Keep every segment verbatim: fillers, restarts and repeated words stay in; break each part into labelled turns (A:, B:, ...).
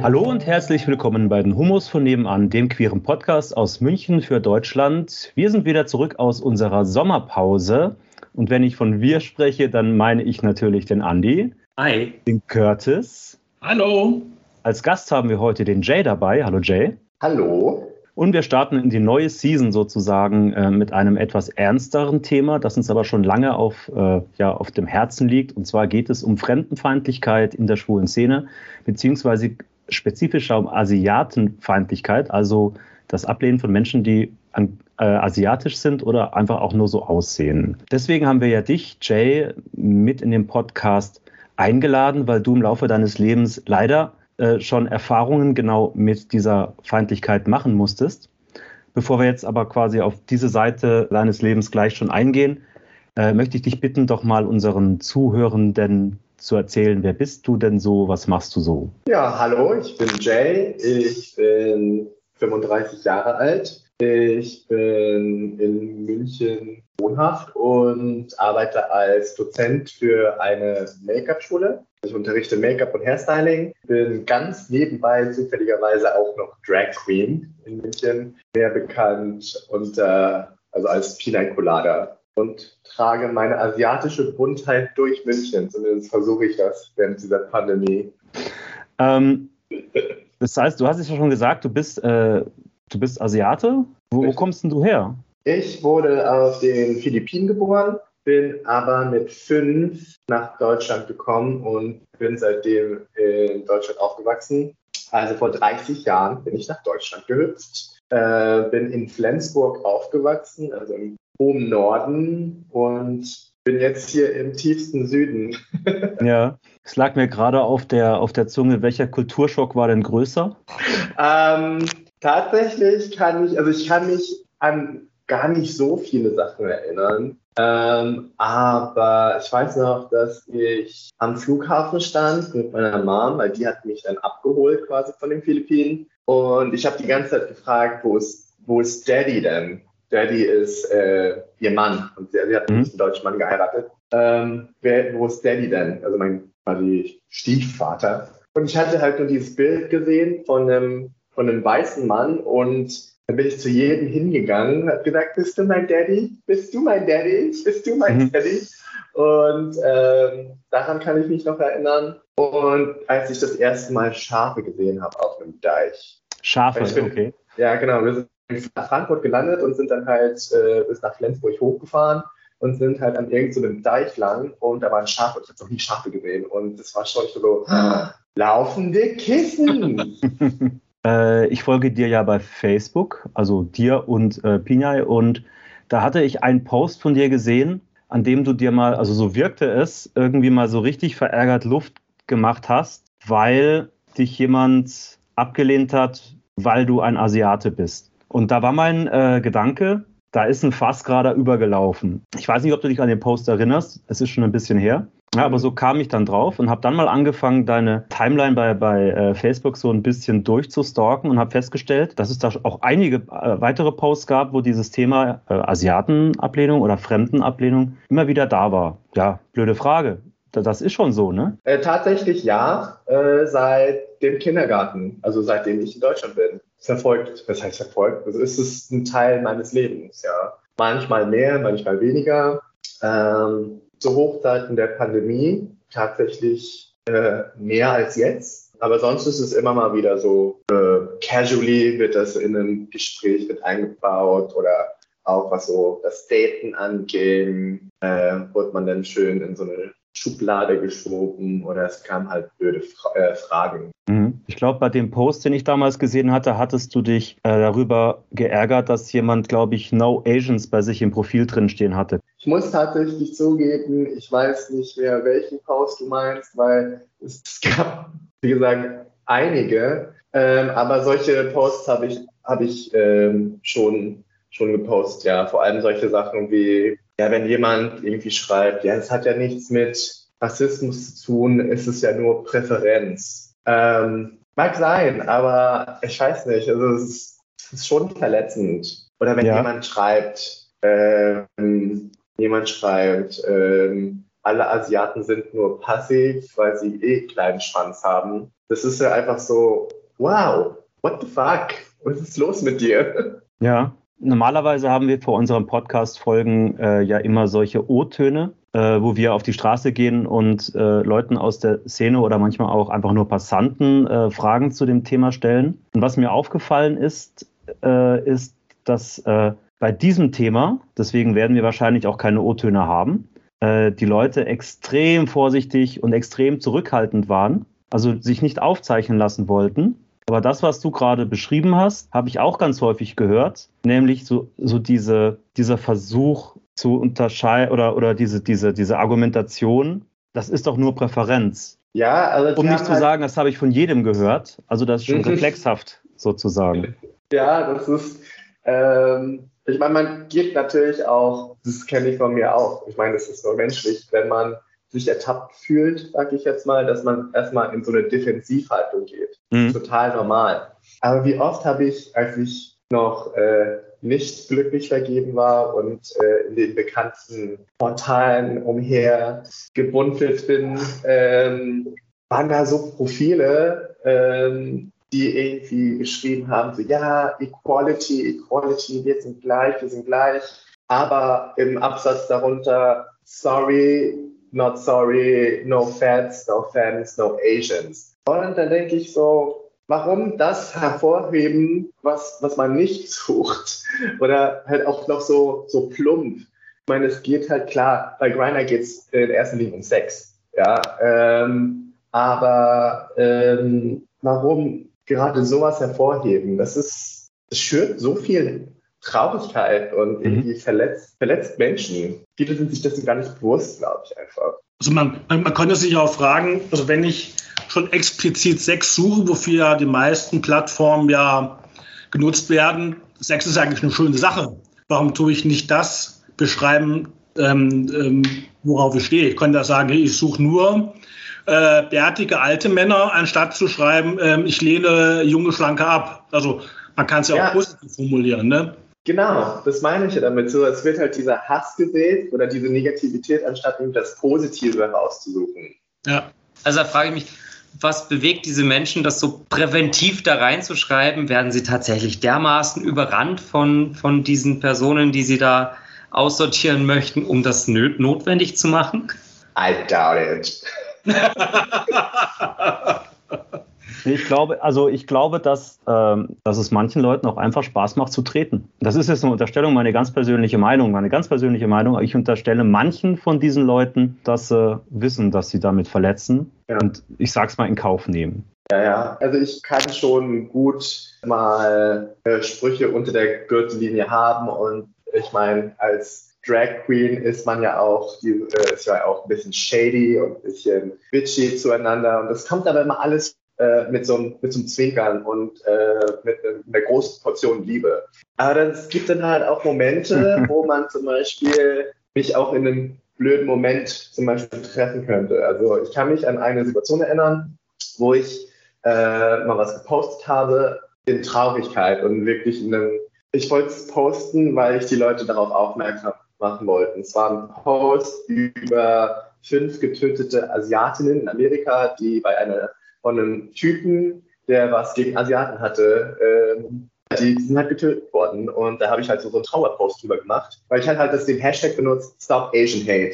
A: Hallo und herzlich willkommen bei den Hummus von nebenan, dem queeren Podcast aus München für Deutschland. Wir sind wieder zurück aus unserer Sommerpause. Und wenn ich von wir spreche, dann meine ich natürlich den Andi.
B: Hi.
A: Den Curtis.
B: Hallo.
A: Als Gast haben wir heute den Jay dabei. Hallo Jay.
C: Hallo.
A: Und wir starten in die neue Season sozusagen äh, mit einem etwas ernsteren Thema, das uns aber schon lange auf, äh, ja, auf dem Herzen liegt. Und zwar geht es um Fremdenfeindlichkeit in der schwulen Szene, beziehungsweise spezifischer um Asiatenfeindlichkeit, also das Ablehnen von Menschen, die an, äh, asiatisch sind oder einfach auch nur so aussehen. Deswegen haben wir ja dich, Jay, mit in den Podcast eingeladen, weil du im Laufe deines Lebens leider schon Erfahrungen genau mit dieser Feindlichkeit machen musstest. Bevor wir jetzt aber quasi auf diese Seite deines Lebens gleich schon eingehen, äh, möchte ich dich bitten, doch mal unseren Zuhörenden zu erzählen, wer bist du denn so, was machst du so?
C: Ja, hallo, ich bin Jay, ich bin fünfunddreißig Jahre alt, ich bin in München wohnhaft und arbeite als Dozent für eine Make-up-Schule. Ich unterrichte Make-up und Hairstyling, bin ganz nebenbei zufälligerweise auch noch Drag Queen in München, mehr bekannt unter, also als Pina Colada, und trage meine asiatische Buntheit durch München. Zumindest versuche ich das während dieser Pandemie.
A: Ähm, das heißt, du hast es ja schon gesagt, du bist, äh, du bist Asiate. Wo, wo kommst denn du her?
C: Ich wurde auf den Philippinen geboren, bin aber mit fünf nach Deutschland gekommen und bin seitdem in Deutschland aufgewachsen. Also vor dreißig Jahren bin ich nach Deutschland gehüpft, äh, bin in Flensburg aufgewachsen, also im hohen Norden, und bin jetzt hier im tiefsten Süden.
A: Ja, es lag mir gerade auf der, auf der Zunge, welcher Kulturschock war denn größer?
C: Ähm, tatsächlich kann ich, also ich kann mich an gar nicht so viele Sachen erinnern. Ähm, aber ich weiß noch, dass ich am Flughafen stand mit meiner Mom, weil die hat mich dann abgeholt quasi von den Philippinen. Und ich habe die ganze Zeit gefragt, wo ist, wo ist Daddy denn? Daddy ist äh, ihr Mann und sie, sie hat einen
A: Mhm.
C: deutschen Mann geheiratet. Ähm, wer, wo ist Daddy denn? Also mein quasi Stiefvater. Und ich hatte halt nur dieses Bild gesehen von einem, von einem weißen Mann, und dann bin ich zu jedem hingegangen und habe gesagt, bist du mein Daddy? Bist du mein Daddy? Bist du mein
A: Mhm.
C: Daddy? Und ähm, daran kann ich mich noch erinnern. Und als ich das erste Mal Schafe gesehen habe auf einem Deich.
A: Schafe,
C: Ich bin,
A: okay.
C: Ja, genau. Wir sind in Frankfurt gelandet und sind dann halt äh, bis nach Flensburg hochgefahren und sind halt an irgendeinem so Deich lang, und da waren Schafe. Ich habe noch nie Schafe gesehen, und das war schon so, ah, laufende Kissen.
A: Äh, ich folge dir ja bei Facebook, also dir und äh, Pinay, und da hatte ich einen Post von dir gesehen, an dem du dir mal, also so wirkte es, irgendwie mal so richtig verärgert Luft gemacht hast, weil dich jemand abgelehnt hat, weil du ein Asiate bist. Und da war mein äh, Gedanke, da ist ein Fass gerade übergelaufen. Ich weiß nicht, ob du dich an den Post erinnerst, es ist schon ein bisschen her. Ja, aber so kam ich dann drauf und habe dann mal angefangen, deine Timeline bei, bei äh, Facebook so ein bisschen durchzustalken und habe festgestellt, dass es da auch einige äh, weitere Posts gab, wo dieses Thema äh, Asiatenablehnung oder Fremdenablehnung immer wieder da war. Ja, blöde Frage. Da- Das ist schon so, ne?
C: Äh, tatsächlich ja, äh, seit dem Kindergarten, also seitdem ich in Deutschland bin. Verfolgt, was heißt verfolgt? Also ist es ein Teil meines Lebens, ja. Manchmal mehr, manchmal weniger. Ähm, zu Hochzeiten der Pandemie tatsächlich äh, mehr als jetzt. Aber sonst ist es immer mal wieder so, äh, casually wird das in ein Gespräch mit eingebaut, oder auch was so das Daten anging, äh, wurde man dann schön in so eine Schublade geschoben, oder es kamen halt blöde Fra äh, Fragen.
A: Mhm. Ich glaube, bei dem Post, den ich damals gesehen hatte, hattest du dich äh, darüber geärgert, dass jemand, glaube ich, No Asians bei sich im Profil drinstehen hatte.
C: Ich muss tatsächlich zugeben, ich weiß nicht mehr, welchen Post du meinst, weil es gab, wie gesagt, einige, ähm, aber solche Posts habe ich, hab ich ähm, schon, schon gepostet, ja. Vor allem solche Sachen wie, ja, wenn jemand irgendwie schreibt, ja, es hat ja nichts mit Rassismus zu tun, es ist ja nur Präferenz. Ähm, mag sein, aber ich weiß nicht, also es ist, es ist schon verletzend. Oder wenn
A: Ja.
C: jemand schreibt, ähm, jemand schreibt, ähm, alle Asiaten sind nur passiv, weil sie eh einen kleinen Schwanz haben. Das ist ja einfach so, wow, what the fuck? Was ist los mit dir?
A: Ja, normalerweise haben wir vor unseren Podcast-Folgen äh, ja immer solche O-Töne, äh, wo wir auf die Straße gehen und äh, Leuten aus der Szene oder manchmal auch einfach nur Passanten äh, Fragen zu dem Thema stellen. Und was mir aufgefallen ist, äh, ist, dass äh, bei diesem Thema, deswegen werden wir wahrscheinlich auch keine O-Töne haben, äh, die Leute extrem vorsichtig und extrem zurückhaltend waren, also sich nicht aufzeichnen lassen wollten. Aber das, was du gerade beschrieben hast, habe ich auch ganz häufig gehört, nämlich so, so diese, dieser Versuch zu unterscheiden oder, oder diese, diese, diese Argumentation, das ist doch nur Präferenz.
C: Ja, also
A: um nicht zu halt sagen, das habe ich von jedem gehört, also das ist schon reflexhaft sozusagen.
C: Ja, das ist, ähm, ich meine, man geht natürlich auch, das kenne ich von mir auch, ich meine, das ist nur menschlich, wenn man sich ertappt fühlt, sage ich jetzt mal, dass man erstmal in so eine Defensivhaltung geht. Mhm. Total normal. Aber wie oft habe ich, als ich noch äh, nicht glücklich vergeben war und äh, in den bekannten Portalen umher gebuntelt bin, ähm, waren da so Profile, ähm, die irgendwie geschrieben haben, so ja, Equality, Equality, wir sind gleich, wir sind gleich. Aber im Absatz darunter, sorry, not sorry, no fats, no fans, no Asians. Und dann denke ich so, warum das hervorheben, was, was man nicht sucht? Oder halt auch noch so, so plump. Ich meine, es geht halt klar, bei Grindr geht es in erster Linie um Sex. Ja, ähm, aber ähm, warum gerade sowas hervorheben? Das ist, das schürt so viel Traurigkeit und irgendwie mhm. verletzt, verletzt Menschen. Viele sind sich dessen gar nicht bewusst, glaube ich einfach.
B: Also man, man, man könnte sich auch fragen, also wenn ich schon explizit Sex suche, wofür ja die meisten Plattformen ja genutzt werden, Sex ist eigentlich eine schöne Sache. Warum tue ich nicht das beschreiben, ähm, ähm, worauf ich stehe? Ich könnte da sagen, hey, ich suche nur äh, bärtige alte Männer, anstatt zu schreiben, ähm, ich lehne junge Schlanke ab. Also man kann es ja, ja auch positiv formulieren, ne?
C: Genau, das meine ich ja damit. So, es wird halt dieser Hass gesät oder diese Negativität, anstatt eben das Positive herauszusuchen.
D: Ja. Also da frage ich mich, was bewegt diese Menschen, das so präventiv da reinzuschreiben? Werden sie tatsächlich dermaßen überrannt von, von diesen Personen, die sie da aussortieren möchten, um das notwendig zu machen?
C: I doubt it.
A: Ich glaube, also ich glaube, dass, ähm, dass es manchen Leuten auch einfach Spaß macht zu treten. Das ist jetzt eine Unterstellung, meine ganz persönliche Meinung, meine ganz persönliche Meinung. Aber ich unterstelle manchen von diesen Leuten, dass sie wissen, dass sie damit verletzen ja. und ich sag's mal in Kauf nehmen.
C: Ja, ja. Also ich kann schon gut mal äh, Sprüche unter der Gürtellinie haben und ich meine, als Drag Queen ist man ja auch, die, äh, ist ja auch ein bisschen shady und ein bisschen bitchy zueinander und das kommt aber immer alles mit so, einem, mit so einem Zwinkern und äh, mit einer großen Portion Liebe. Aber es gibt dann halt auch Momente, wo man zum Beispiel mich auch in einem blöden Moment zum Beispiel treffen könnte. Also ich kann mich an eine Situation erinnern, wo ich äh, mal was gepostet habe in Traurigkeit und wirklich in einem, ich wollte es posten, weil ich die Leute darauf aufmerksam machen wollte. Es war ein Post über fünf getötete Asiatinnen in Amerika, die bei einer von einem Typen, der was gegen Asiaten hatte, ähm, die, die sind halt getötet worden. Und da habe ich halt so, so einen Trauerpost drüber gemacht, weil ich halt halt das, den Hashtag benutzt, Stop Asian Hate.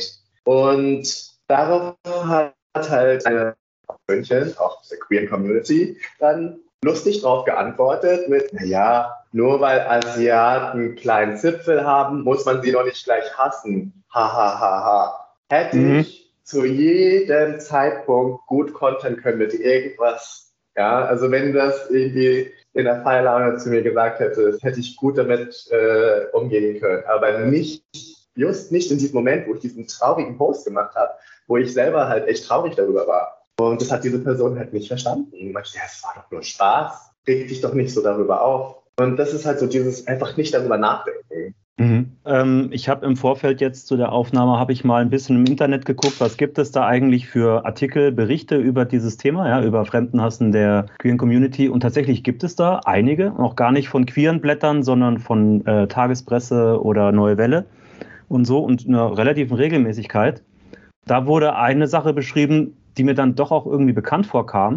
C: Und darauf hat halt eine München, auch aus der queeren Community, dann lustig drauf geantwortet mit, naja, nur weil Asiaten einen kleinen Zipfel haben, muss man sie doch nicht gleich hassen. Ha, ha, ha, ha. Hätte mhm. ich zu jedem Zeitpunkt gut kontern können mit irgendwas. Ja, also wenn das irgendwie in der Feierlaune zu mir gesagt hätte, hätte ich gut damit äh, umgehen können. Aber nicht, just nicht in diesem Moment, wo ich diesen traurigen Post gemacht habe, wo ich selber halt echt traurig darüber war. Und das hat diese Person halt nicht verstanden. Und ich dachte, ja, es war doch nur Spaß. Reg dich doch nicht so darüber auf. Und das ist halt so dieses einfach nicht darüber nachdenken.
A: Mhm. Ähm, ich habe im Vorfeld jetzt zu der Aufnahme, habe ich mal ein bisschen im Internet geguckt, was gibt es da eigentlich für Artikel, Berichte über dieses Thema, ja, über Fremdenhassen der queeren Community. Und tatsächlich gibt es da einige, auch gar nicht von queeren Blättern, sondern von äh, Tagespresse oder Neue Welle und so und einer relativen Regelmäßigkeit. Da wurde eine Sache beschrieben, die mir dann doch auch irgendwie bekannt vorkam,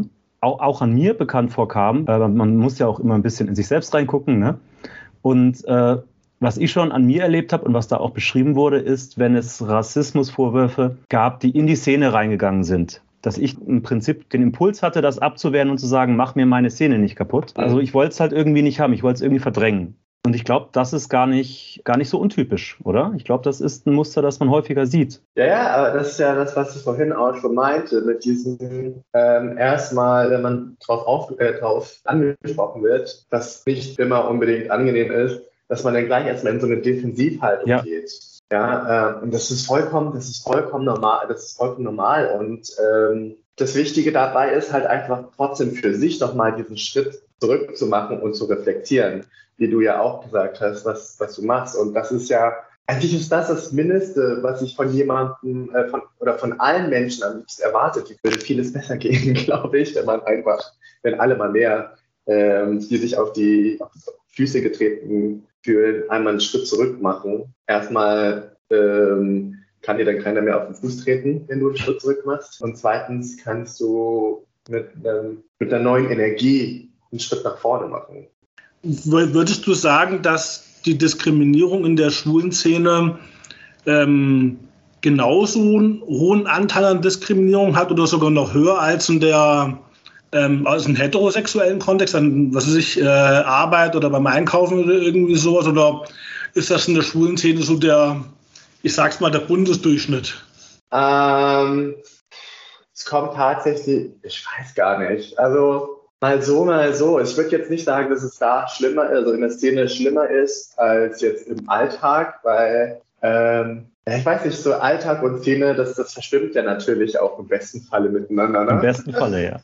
A: auch, auch an mir bekannt vorkam. Äh, man muss ja auch immer ein bisschen in sich selbst reingucken, ne? Und äh, was ich schon an mir erlebt habe und was da auch beschrieben wurde, ist, wenn es Rassismusvorwürfe gab, die in die Szene reingegangen sind. Dass ich im Prinzip den Impuls hatte, das abzuwehren und zu sagen, mach mir meine Szene nicht kaputt. Also ich wollte es halt irgendwie nicht haben, ich wollte es irgendwie verdrängen. Und ich glaube, das ist gar nicht, gar nicht so untypisch, oder? Ich glaube, das ist ein Muster, das man häufiger sieht.
C: Ja, ja, aber das ist ja das, was ich vorhin auch schon meinte, mit diesem ähm, erstmal, wenn man drauf, auf, äh, drauf angesprochen wird, was nicht immer unbedingt angenehm ist, dass man dann gleich erstmal in so eine Defensivhaltung
A: ja.
C: geht. Ja, äh, und das ist vollkommen, das ist vollkommen normal, das ist vollkommen normal. Und ähm, das Wichtige dabei ist halt einfach trotzdem für sich nochmal diesen Schritt zurückzumachen und zu reflektieren, wie du ja auch gesagt hast, was, was du machst. Und das ist ja, eigentlich ist das das Mindeste, was ich von jemandem äh, von, oder von allen Menschen am liebsten erwartet. Es würde vieles besser gehen, glaube ich, wenn man einfach, wenn alle mal mehr, ähm, die sich auf die, auf die Füße getreten fühlen, einmal einen Schritt zurück machen. Erstmal ähm, kann dir dann keiner mehr auf den Fuß treten, wenn du einen Schritt zurück machst. Und zweitens kannst du mit, ähm, mit einer neuen Energie einen Schritt nach vorne machen.
B: Würdest du sagen, dass die Diskriminierung in der schwulen Szene ähm, genauso einen hohen Anteil an Diskriminierung hat oder sogar noch höher als in der ähm, aus einem heterosexuellen Kontext, an was weiß ich, äh, Arbeit oder beim Einkaufen oder irgendwie sowas? Oder ist das in der schwulen Szene so der, ich sag's mal, der Bundesdurchschnitt?
C: Ähm, es kommt tatsächlich, ich weiß gar nicht. Also mal so, mal so. Ich würde jetzt nicht sagen, dass es da schlimmer, also in der Szene schlimmer ist als jetzt im Alltag, weil ähm, ich weiß nicht, so Alltag und Szene, das, das verschwimmt ja natürlich auch im besten Falle miteinander. Ne?
A: Im besten Falle, ja.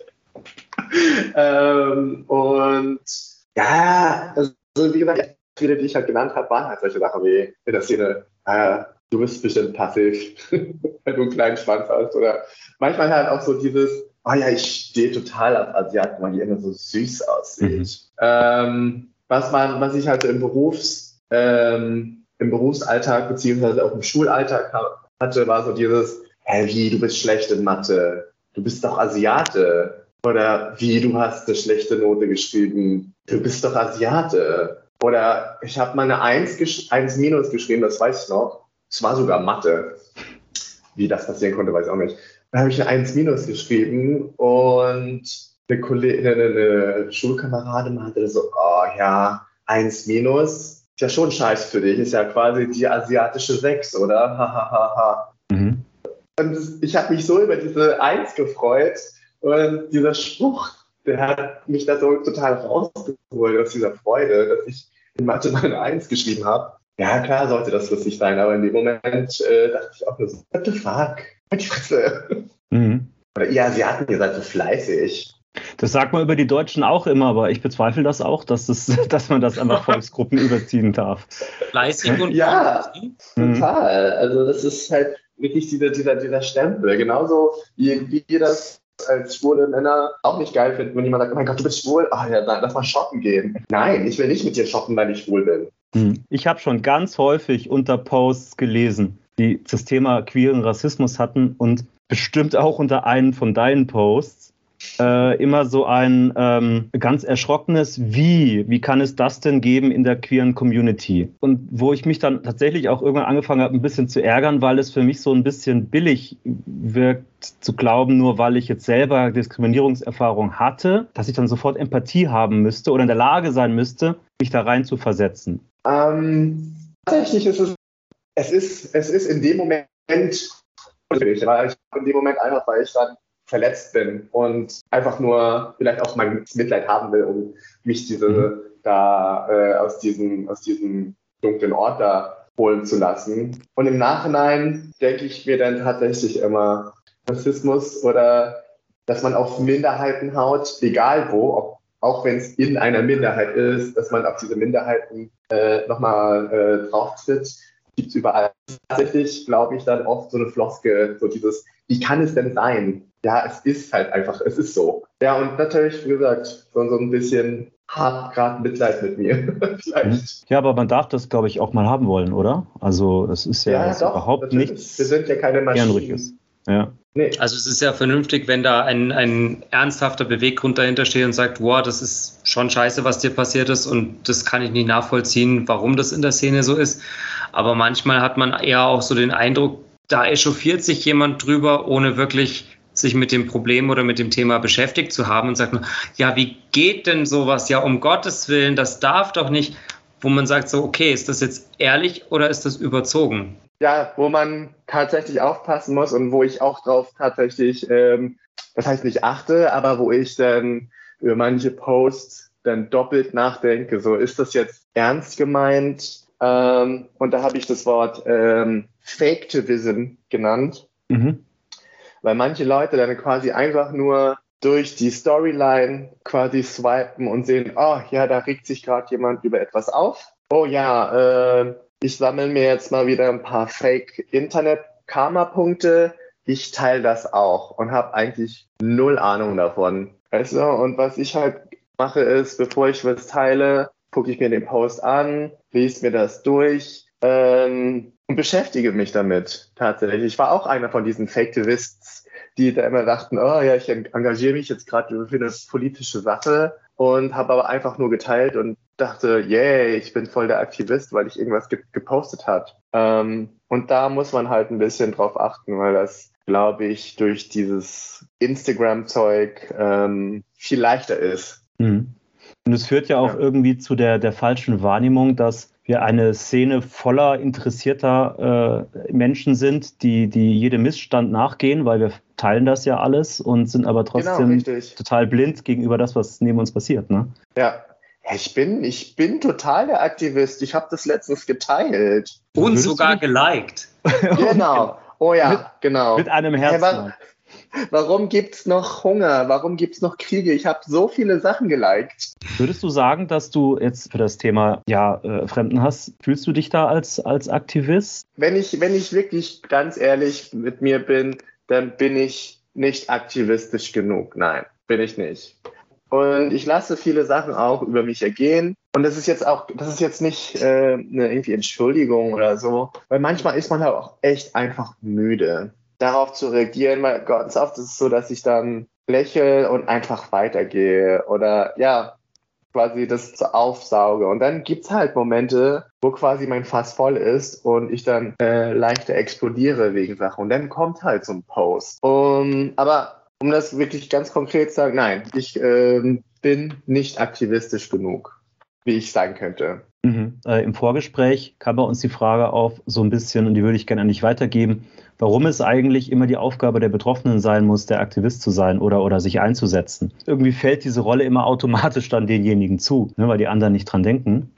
C: ähm, und ja, also wie gesagt, viele, die ich halt genannt habe, waren halt solche Sachen wie in der Szene, äh, du bist bestimmt passiv, wenn du einen kleinen Schwanz hast. Oder manchmal halt auch so dieses, oh ja, ich stehe total auf Asiaten, weil die immer so süß aussehen. Mhm. Ähm, was man, was ich halt im Berufs, ähm, im Berufsalltag beziehungsweise auch im Schulalltag hatte, war so dieses, hä, wie, du bist schlecht in Mathe, du bist doch Asiate. Oder wie, du hast eine schlechte Note geschrieben, du bist doch Asiate. Oder ich habe mal eine eins, eins minus geschrieben, das weiß ich noch. Es war sogar Mathe. Wie das passieren konnte, weiß ich auch nicht. Da habe ich eine eins minus geschrieben und eine, Kollegin, eine, eine Schulkameradin meinte so, oh ja, eins minus, ist ja schon scheiße für dich, ist ja quasi die asiatische sechs, oder? Hahaha. Mhm. Und ich habe mich so über diese eins gefreut und dieser Spruch, der hat mich da so total rausgeholt aus dieser Freude, dass ich in Mathe mal eine eins geschrieben habe. Ja, klar sollte das lustig sein, aber in dem Moment äh, dachte ich auch nur so, what the fuck? Halt die Fresse. Mhm. Oder ihr Asiaten, ihr seid so fleißig.
A: Das sagt man über die Deutschen auch immer, aber ich bezweifle das auch, dass, das, dass man das einfach Volksgruppen überziehen darf.
D: Fleißig und
C: ja, total. Also das ist halt wirklich dieser, dieser, dieser Stempel. Genauso wie, wie wir das als schwule Männer auch nicht geil finden, wenn jemand sagt, oh mein Gott, du bist schwul, ach ja, dann lass mal shoppen gehen. Nein, ich will nicht mit dir shoppen, weil ich schwul bin.
A: Ich habe schon ganz häufig unter Posts gelesen, die das Thema queeren Rassismus hatten und bestimmt auch unter einen von deinen Posts äh, immer so ein ähm, ganz erschrockenes Wie, wie kann es das denn geben in der queeren Community? Und wo ich mich dann tatsächlich auch irgendwann angefangen habe, ein bisschen zu ärgern, weil es für mich so ein bisschen billig wirkt, zu glauben, nur weil ich jetzt selber Diskriminierungserfahrung hatte, dass ich dann sofort Empathie haben müsste oder in der Lage sein müsste, mich da rein zu versetzen.
C: Ähm, tatsächlich ist es, es ist, es ist in dem Moment, weil ich in dem Moment einfach, weil ich dann verletzt bin und einfach nur vielleicht auch mein Mitleid haben will, um mich diese mhm. da äh, aus diesem aus diesem dunklen Ort da holen zu lassen. Und im Nachhinein denke ich mir dann tatsächlich immer, Rassismus oder dass man auf Minderheiten haut, egal wo, ob, auch wenn es in einer Minderheit ist, dass man auf diese Minderheiten äh, nochmal äh, drauf tritt, gibt es überall. Tatsächlich glaube ich dann oft so eine Floskel, so dieses, wie kann es denn sein? Ja, es ist halt einfach, es ist so. Ja, und natürlich, wie gesagt, so, so ein bisschen hart gerade Mitleid mit mir. Vielleicht.
A: Ja, aber man darf das, glaube ich, auch mal haben wollen, oder? Also es ist ja,
C: ja doch,
A: überhaupt
C: natürlich.
A: nichts
C: Wir sind ja keine Maschinen.
A: Ja.
D: Nee. Also es ist ja vernünftig, wenn da ein, ein ernsthafter Beweggrund dahinter steht und sagt, wow, das ist schon scheiße, was dir passiert ist und das kann ich nicht nachvollziehen, warum das in der Szene so ist. Aber manchmal hat man eher auch so den Eindruck, da echauffiert sich jemand drüber, ohne wirklich sich mit dem Problem oder mit dem Thema beschäftigt zu haben und sagt, ja, wie geht denn sowas? Ja, um Gottes Willen, das darf doch nicht. Wo man sagt so, okay, ist das jetzt ehrlich oder ist das überzogen?
C: Ja, wo man tatsächlich aufpassen muss und wo ich auch drauf tatsächlich, ähm, das heißt nicht achte, aber wo ich dann über manche Posts dann doppelt nachdenke, so ist das jetzt ernst gemeint? Ähm, und da habe ich das Wort ähm, Faketivism genannt, mhm. weil manche Leute dann quasi einfach nur durch die Storyline quasi swipen und sehen, oh ja, da regt sich gerade jemand über etwas auf. Oh ja, äh, ich sammle mir jetzt mal wieder ein paar Fake-Internet-Karma-Punkte. Ich teile das auch und habe eigentlich null Ahnung davon. Weißt du? Und was ich halt mache ist, bevor ich was teile, gucke ich mir den Post an, lese mir das durch ähm, und beschäftige mich damit tatsächlich. Ich war auch einer von diesen Faketivists, die da immer dachten, oh ja, ich engagiere mich jetzt gerade für eine politische Sache und habe aber einfach nur geteilt und dachte, yay, ich bin voll der Aktivist, weil ich irgendwas ge- gepostet habe. Ähm, und da muss man halt ein bisschen drauf achten, weil das, glaube ich, durch dieses Instagram-Zeug ähm, viel leichter ist.
A: Mhm. Und es führt ja auch ja. irgendwie zu der, der falschen Wahrnehmung, dass wir eine Szene voller interessierter äh, Menschen sind, die, die jedem Missstand nachgehen, weil wir teilen das ja alles und sind aber trotzdem genau, total blind gegenüber das, was neben uns passiert. Ne?
C: Ja. Ich bin, ich bin total der Aktivist. Ich habe das letztens geteilt.
D: Und Würdest sogar geliked.
C: Genau. Oh ja,
A: mit,
C: genau.
A: Mit einem Herzen.
C: Hey, wa- warum gibt's noch Hunger? Warum gibt's noch Kriege? Ich habe so viele Sachen geliked.
A: Würdest du sagen, dass du jetzt für das Thema ja, äh, Fremdenhass, fühlst du dich da als, als Aktivist?
C: Wenn ich, wenn ich wirklich ganz ehrlich mit mir bin, dann bin ich nicht aktivistisch genug. Nein, bin ich nicht. Und ich lasse viele Sachen auch über mich ergehen. Und das ist jetzt auch, das ist jetzt nicht äh, eine irgendwie Entschuldigung oder so. Weil manchmal ist man halt auch echt einfach müde, darauf zu reagieren. Weil ganz oft ist es so, dass ich dann lächle und einfach weitergehe. Oder ja, quasi das so aufsauge. Und dann gibt's halt Momente, wo quasi mein Fass voll ist und ich dann äh, leichter explodiere wegen Sachen. Und dann kommt halt so ein Post. Um, aber Um das wirklich ganz konkret zu sagen, nein, ich äh, bin nicht aktivistisch genug, wie ich sein könnte.
A: Mhm. Äh, Im Vorgespräch kam bei uns die Frage auf, so ein bisschen, und die würde ich gerne an dich weitergeben, warum es eigentlich immer die Aufgabe der Betroffenen sein muss, der Aktivist zu sein oder, oder sich einzusetzen. Irgendwie fällt diese Rolle immer automatisch dann denjenigen zu, ne, weil die anderen nicht dran denken.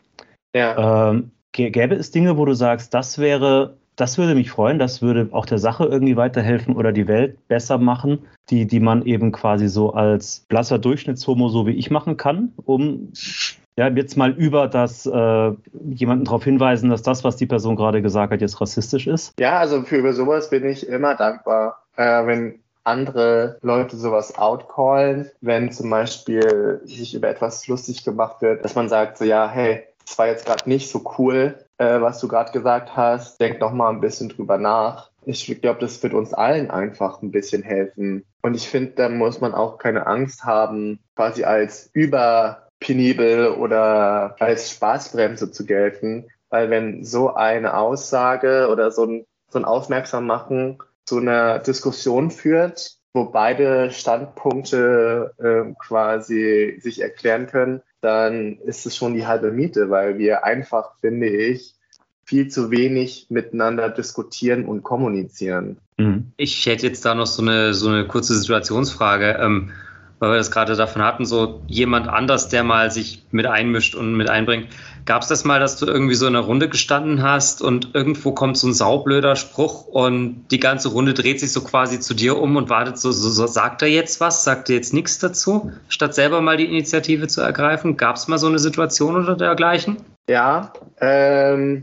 A: Ja. Ähm, gäbe es Dinge, wo du sagst, das wäre... Das würde mich freuen, das würde auch der Sache irgendwie weiterhelfen oder die Welt besser machen, die, die man eben quasi so als blasser Durchschnittshomo, so wie ich, machen kann, um ja, jetzt mal über das äh, jemanden darauf hinweisen, dass das, was die Person gerade gesagt hat, jetzt rassistisch ist.
C: Ja, also für über sowas bin ich immer dankbar, äh, wenn andere Leute sowas outcallen, wenn zum Beispiel sich über etwas lustig gemacht wird, dass man sagt so, ja, hey, das war jetzt gerade nicht so cool, äh, was du gerade gesagt hast. Denk noch mal ein bisschen drüber nach. Ich glaube, das wird uns allen einfach ein bisschen helfen. Und ich finde, da muss man auch keine Angst haben, quasi als überpenibel oder als Spaßbremse zu gelten. Weil wenn so eine Aussage oder so ein, so ein Aufmerksammachen zu einer Diskussion führt, wo beide Standpunkte äh, quasi sich erklären können, dann ist es schon die halbe Miete, weil wir einfach, finde ich, viel zu wenig miteinander diskutieren und kommunizieren.
D: Ich hätte jetzt da noch so eine, so eine kurze Situationsfrage, ähm, weil wir das gerade davon hatten, so jemand anders, der mal sich mit einmischt und mit einbringt. Gab es das mal, dass du irgendwie so in einer Runde gestanden hast und irgendwo kommt so ein saublöder Spruch und die ganze Runde dreht sich so quasi zu dir um und wartet so, so, so sagt er jetzt was, sagt er jetzt nichts dazu, statt selber mal die Initiative zu ergreifen? Gab es mal so eine Situation oder dergleichen?
C: Ja, ähm,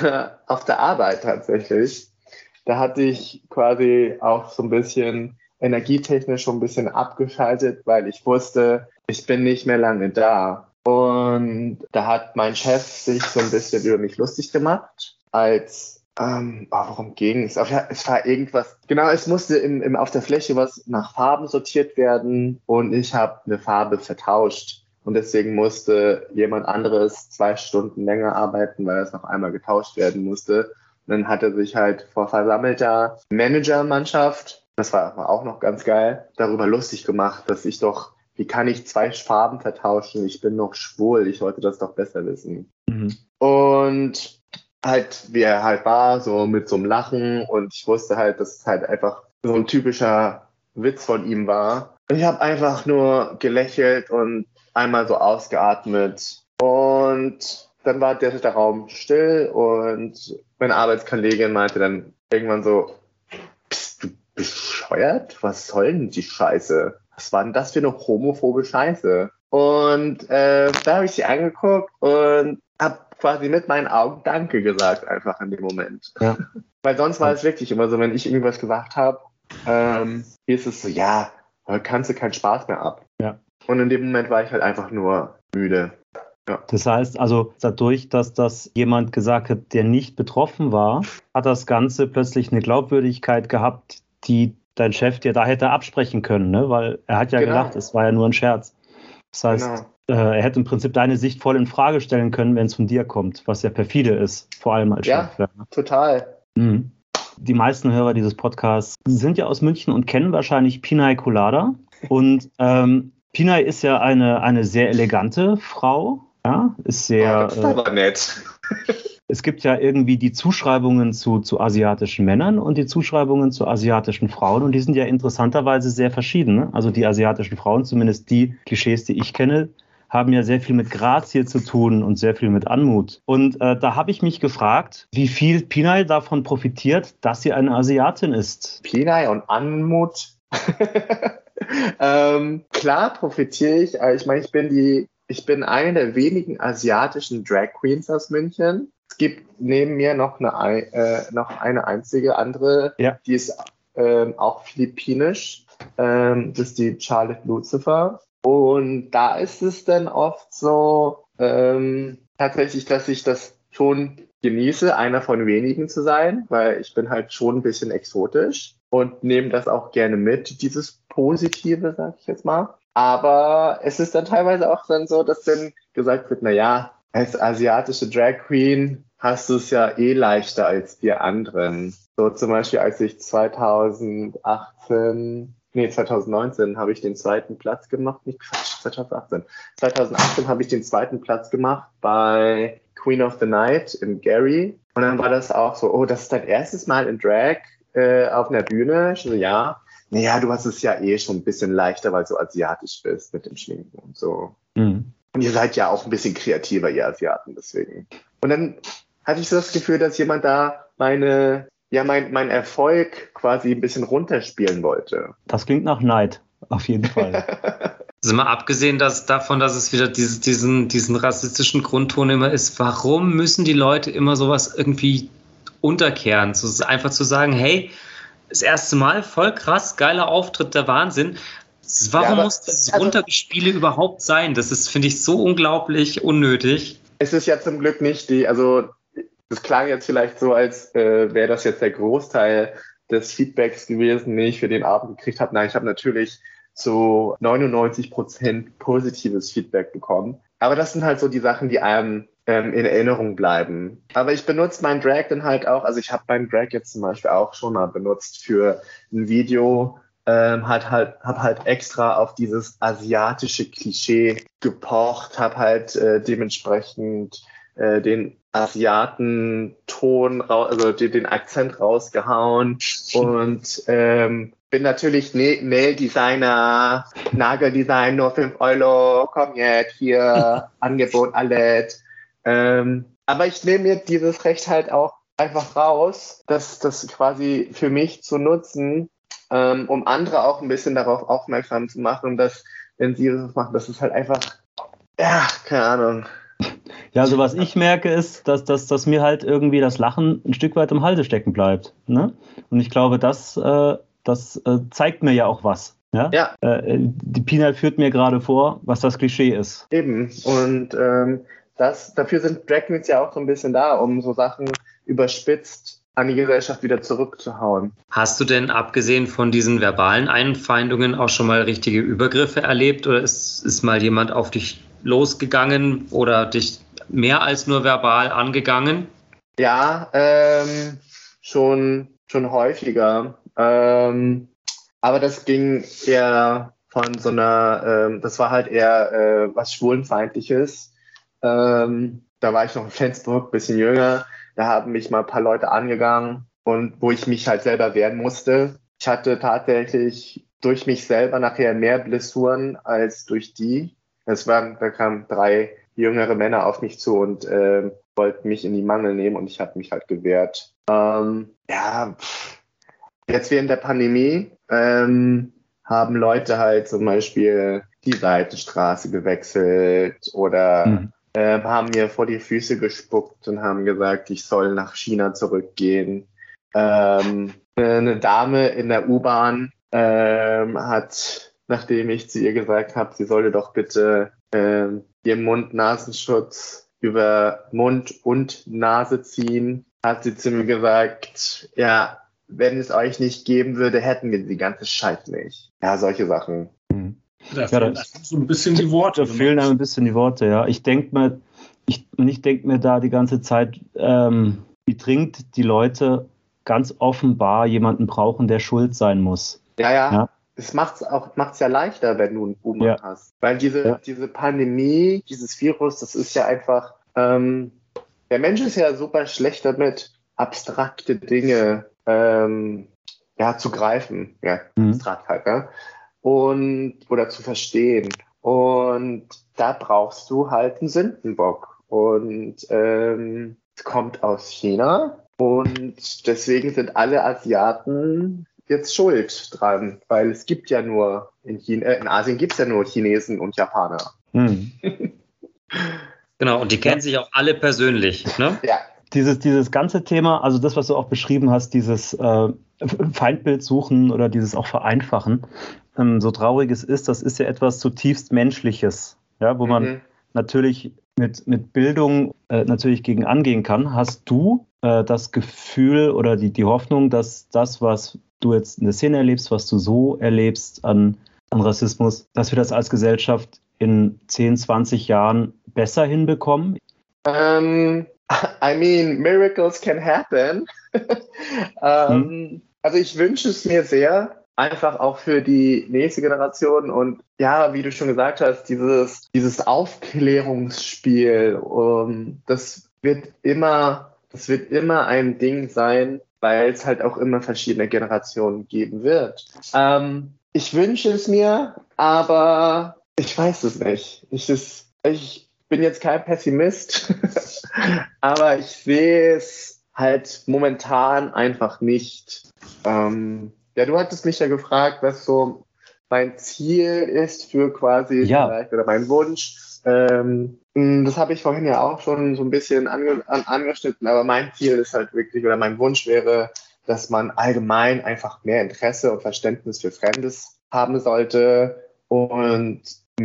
C: auf der Arbeit tatsächlich. Da hatte ich quasi auch so ein bisschen energietechnisch schon ein bisschen abgeschaltet, weil ich wusste, ich bin nicht mehr lange da. Und da hat mein Chef sich so ein bisschen über mich lustig gemacht, als Ähm, oh, worum ging es? Ja, es war irgendwas. Genau, es musste im, im, auf der Fläche was nach Farben sortiert werden und ich habe eine Farbe vertauscht. Und deswegen musste jemand anderes zwei Stunden länger arbeiten, weil das noch einmal getauscht werden musste. Und dann hat er sich halt vor versammelter Managermannschaft, das war aber auch noch ganz geil, darüber lustig gemacht, dass ich doch, wie kann ich zwei Farben vertauschen? Ich bin noch schwul, ich sollte das doch besser wissen. Mhm. Und halt, wie er halt war, so mit so einem Lachen und ich wusste halt, dass es halt einfach so ein typischer Witz von ihm war. Und ich habe einfach nur gelächelt und einmal so ausgeatmet und dann war der, der Raum still und meine Arbeitskollegin meinte dann irgendwann so, bist du bescheuert? Was soll denn die Scheiße? Was war denn das für eine homophobe Scheiße? Und äh, da habe ich sie angeguckt und habe quasi mit meinen Augen Danke gesagt, einfach in dem Moment. Ja. Weil sonst war es wirklich immer so, wenn ich irgendwas gesagt habe, ähm, hieß es so, ja, heute kannst du keinen Spaß mehr ab. Ja. Und in dem Moment war ich halt einfach nur müde. Ja.
A: Das heißt also, dadurch, dass das jemand gesagt hat, der nicht betroffen war, hat das Ganze plötzlich eine Glaubwürdigkeit gehabt, die dein Chef dir da hätte absprechen können, ne? Weil er hat ja genau. gelacht, es war ja nur ein Scherz. Das heißt, genau. äh, er hätte im Prinzip deine Sicht voll in Frage stellen können, wenn es von dir kommt, was ja perfide ist, vor allem als
C: ja, Chef. Ja, total.
A: Mhm. Die meisten Hörer dieses Podcasts sind ja aus München und kennen wahrscheinlich Pinay Colada. Und ähm, Pinay ist ja eine, eine sehr elegante Frau. Ja, ist sehr.
C: Oh, das ist aber nett.
A: Es gibt ja irgendwie die Zuschreibungen zu, zu asiatischen Männern und die Zuschreibungen zu asiatischen Frauen. Und die sind ja interessanterweise sehr verschieden. Ne? Also die asiatischen Frauen, zumindest die Klischees, die ich kenne, haben ja sehr viel mit Grazie zu tun und sehr viel mit Anmut. Und äh, da habe ich mich gefragt, wie viel Pinay davon profitiert, dass sie eine Asiatin ist.
C: Pinay und Anmut? ähm, klar profitiere ich. Ich meine, ich bin die, ich bin eine der wenigen asiatischen Drag Queens aus München. Es gibt neben mir noch eine, äh, noch eine einzige andere, ja. Die ist ähm, auch philippinisch. Ähm, das ist die Charlotte Lucifer. Und da ist es dann oft so, ähm, tatsächlich, dass ich das schon genieße, einer von wenigen zu sein, weil ich bin halt schon ein bisschen exotisch und nehme das auch gerne mit, dieses Positive, sag ich jetzt mal. Aber es ist dann teilweise auch dann so, dass dann gesagt wird, na ja, als asiatische Drag Queen hast du es ja eh leichter als wir anderen. So zum Beispiel, als ich zweitausendachtzehn, nee, zweitausendneunzehn habe ich den zweiten Platz gemacht, nicht Quatsch, zweitausendachtzehn. zweitausendachtzehn habe ich den zweiten Platz gemacht bei Queen of the Night im Gary. Und dann war das auch so, oh, das ist dein erstes Mal in Drag äh, auf einer Bühne. Ich so, ja. Naja, du hast es ja eh schon ein bisschen leichter, weil du asiatisch bist mit dem Schminken und so. Mhm. Und ihr seid ja auch ein bisschen kreativer, ihr Asiaten, deswegen. Und dann hatte ich so das Gefühl, dass jemand da meine, ja, mein, mein Erfolg quasi ein bisschen runterspielen wollte.
A: Das klingt nach Neid, auf jeden Fall.
D: Also mal abgesehen dass, davon, dass es wieder dieses, diesen, diesen rassistischen Grundton immer ist, warum müssen die Leute immer sowas irgendwie unterkehren? So, einfach zu sagen, hey, das erste Mal, voll krass, geiler Auftritt, der Wahnsinn. Warum ja, aber, muss das also, Runtergespiele überhaupt sein? Das ist, finde ich, so unglaublich unnötig.
C: Es ist ja zum Glück nicht die, also das klang jetzt vielleicht so, als äh, wäre das jetzt der Großteil des Feedbacks gewesen, den ich für den Abend gekriegt habe. Nein, ich habe natürlich zu neunundneunzig Prozent positives Feedback bekommen. Aber das sind halt so die Sachen, die einem ähm, in Erinnerung bleiben. Aber ich benutze meinen Drag dann halt auch, also ich habe meinen Drag jetzt zum Beispiel auch schon mal benutzt für ein Video, ähm, halt, halt, habe halt extra auf dieses asiatische Klischee gepocht, habe halt äh, dementsprechend äh, den Asiaten-Ton, also den, den Akzent rausgehauen und ähm, bin natürlich Nail-Designer, Nageldesign, nur fünf Euro, komm jetzt, hier, Angebot, alles. Ähm, aber ich nehme mir dieses Recht halt auch einfach raus, das, das quasi für mich zu nutzen, ähm, um andere auch ein bisschen darauf aufmerksam zu machen, dass, wenn sie das machen, das ist halt einfach, ja, keine Ahnung.
A: Ja, also was ich merke ist, dass, dass, dass mir halt irgendwie das Lachen ein Stück weit im Halse stecken bleibt. Ne? Und ich glaube, das, äh, das äh, zeigt mir ja auch was. Ja. ja. Äh, die Pinay führt mir gerade vor, was das Klischee ist.
C: Eben. Und ähm, das, dafür sind Drag Queens ja auch so ein bisschen da, um so Sachen überspitzt an die Gesellschaft wieder zurückzuhauen.
D: Hast du denn abgesehen von diesen verbalen Einfeindungen auch schon mal richtige Übergriffe erlebt oder ist, ist mal jemand auf dich losgegangen oder dich mehr als nur verbal angegangen?
C: Ja, ähm, schon, schon häufiger. Ähm, aber das ging eher von so einer, ähm, das war halt eher äh, was Schwulenfeindliches. Ähm, da war ich noch in Flensburg, ein bisschen jünger. Da haben mich mal ein paar Leute angegangen und wo ich mich halt selber wehren musste. Ich hatte tatsächlich durch mich selber nachher mehr Blessuren als durch die. Es waren, da kamen drei jüngere Männer auf mich zu und äh, wollten mich in die Mangel nehmen und ich habe mich halt gewehrt. Ähm, ja, pff. Jetzt während der Pandemie ähm, haben Leute halt zum Beispiel die Seitenstraße gewechselt oder mhm. äh, haben mir vor die Füße gespuckt und haben gesagt, ich soll nach China zurückgehen. Ähm, eine Dame in der U-Bahn ähm, hat, nachdem ich zu ihr gesagt habe, sie solle doch bitte äh, ihren Mund-Nasenschutz über Mund und Nase ziehen, hat sie zu mir gesagt, ja, wenn es euch nicht geben würde, hätten wir die ganze Scheiß nicht. Ja, solche Sachen.
B: Mhm. Da fehlen ja, so ein bisschen die Worte.
A: Da fehlen einem ein bisschen die Worte, ja. Ich denke mir, ich, ich denke mir da die ganze Zeit, ähm, wie dringend die Leute ganz offenbar jemanden brauchen, der schuld sein muss.
C: Ja, ja. ja? Es macht es auch macht's ja leichter, wenn du einen Boomer ja. hast. Weil diese, ja. diese Pandemie, dieses Virus, das ist ja einfach, ähm, der Mensch ist ja super schlecht damit, abstrakte Dinge ähm, ja, zu greifen. Ja, mhm. abstrakt halt, ne? Und, oder zu verstehen. Und da brauchst du halt einen Sündenbock. Und ähm, es kommt aus China. Und deswegen sind alle Asiaten jetzt schuld dran, weil es gibt ja nur, in, China, äh, in Asien gibt es ja nur Chinesen und Japaner.
A: Hm.
D: Genau, und die kennen ja. sich auch alle persönlich, ne?
C: Ja.
A: Dieses, dieses ganze Thema, also das, was du auch beschrieben hast, dieses äh, Feindbild suchen oder dieses auch Vereinfachen, ähm, so traurig es ist, das ist ja etwas zutiefst Menschliches, ja, wo man mhm. natürlich mit, mit Bildung äh, natürlich gegen angehen kann. Hast du äh, das Gefühl oder die, die Hoffnung, dass das, was du jetzt in der Szene erlebst, was du so erlebst an, an Rassismus, dass wir das als Gesellschaft in zehn, zwanzig Jahren besser hinbekommen?
C: Ähm, I mean, miracles can happen. ähm, hm. Also ich wünsche es mir sehr, einfach auch für die nächste Generation und ja, wie du schon gesagt hast, dieses, dieses Aufklärungsspiel, um, das wird immer, das wird immer ein Ding sein, weil es halt auch immer verschiedene Generationen geben wird. Ähm, ich wünsche es mir, aber ich weiß es nicht. Ich, ist, ich bin jetzt kein Pessimist, aber ich sehe es halt momentan einfach nicht. Ähm, ja, du hattest mich ja gefragt, was so mein Ziel ist für quasi
A: ja.
C: vielleicht oder mein Wunsch. Ähm, das habe ich vorhin ja auch schon so ein bisschen ange, an, angeschnitten, aber mein Ziel ist halt wirklich, oder mein Wunsch wäre, dass man allgemein einfach mehr Interesse und Verständnis für Fremdes haben sollte und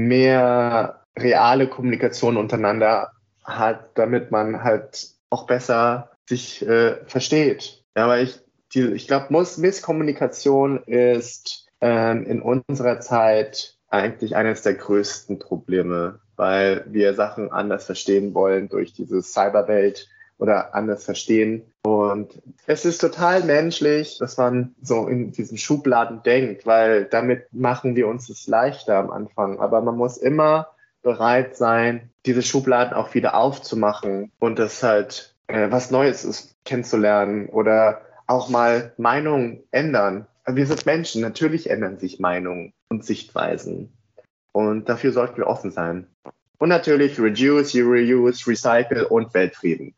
C: mehr reale Kommunikation untereinander hat, damit man halt auch besser sich äh, versteht. Ja, aber ich, die, ich glaube, Misskommunikation ist ähm, in unserer Zeit eigentlich eines der größten Probleme, weil wir Sachen anders verstehen wollen durch diese Cyberwelt oder anders verstehen. Und es ist total menschlich, dass man so in diesen Schubladen denkt, weil damit machen wir uns es leichter am Anfang. Aber man muss immer bereit sein, diese Schubladen auch wieder aufzumachen und das halt äh, was Neues ist, kennenzulernen oder auch mal Meinungen ändern. Wir sind Menschen, natürlich ändern sich Meinungen und Sichtweisen. Und dafür sollten wir offen sein. Und natürlich Reduce, Reuse, Recycle und Weltfrieden.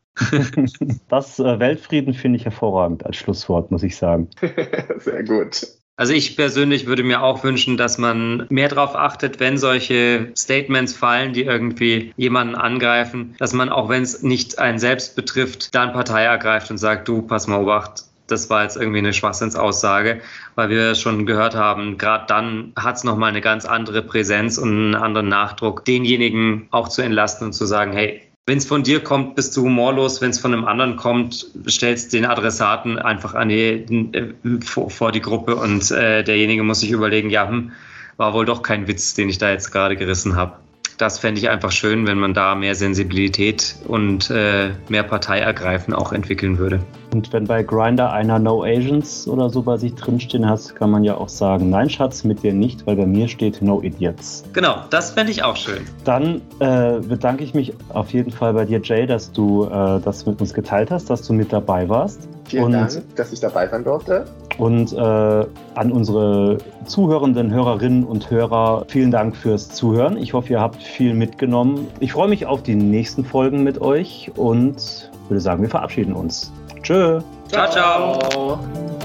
A: Das äh, Weltfrieden finde ich hervorragend als Schlusswort, muss ich sagen.
C: Sehr gut.
D: Also ich persönlich würde mir auch wünschen, dass man mehr darauf achtet, wenn solche Statements fallen, die irgendwie jemanden angreifen, dass man, auch wenn es nicht einen selbst betrifft, dann Partei ergreift und sagt, du, pass mal Obacht, das war jetzt irgendwie eine Schwachsinnsaussage, weil wir schon gehört haben, gerade dann hat es nochmal eine ganz andere Präsenz und einen anderen Nachdruck, denjenigen auch zu entlasten und zu sagen, hey, Wenn es von dir kommt, bist du humorlos. Wenn es von einem anderen kommt, stellst den Adressaten einfach an die, äh, vor, vor die Gruppe und äh, derjenige muss sich überlegen, ja, hm, war wohl doch kein Witz, den ich da jetzt gerade gerissen habe. Das fände ich einfach schön, wenn man da mehr Sensibilität und äh, mehr Parteiergreifen auch entwickeln würde.
A: Und wenn bei Grindr einer No Asians oder so bei sich drinstehen hat, kann man ja auch sagen, nein Schatz, mit dir nicht, weil bei mir steht No Idiots.
D: Genau, das fände ich auch schön.
A: Dann äh, bedanke ich mich auf jeden Fall bei dir, Jay, dass du äh, das mit uns geteilt hast, dass du mit dabei warst.
C: Vielen
A: und,
C: Dank, dass ich dabei sein durfte.
A: Und äh, an unsere zuhörenden Hörerinnen und Hörer, vielen Dank fürs Zuhören. Ich hoffe, ihr habt viel mitgenommen. Ich freue mich auf die nächsten Folgen mit euch und würde sagen, wir verabschieden uns. Tschö.
D: Ciao, ciao.
C: ciao.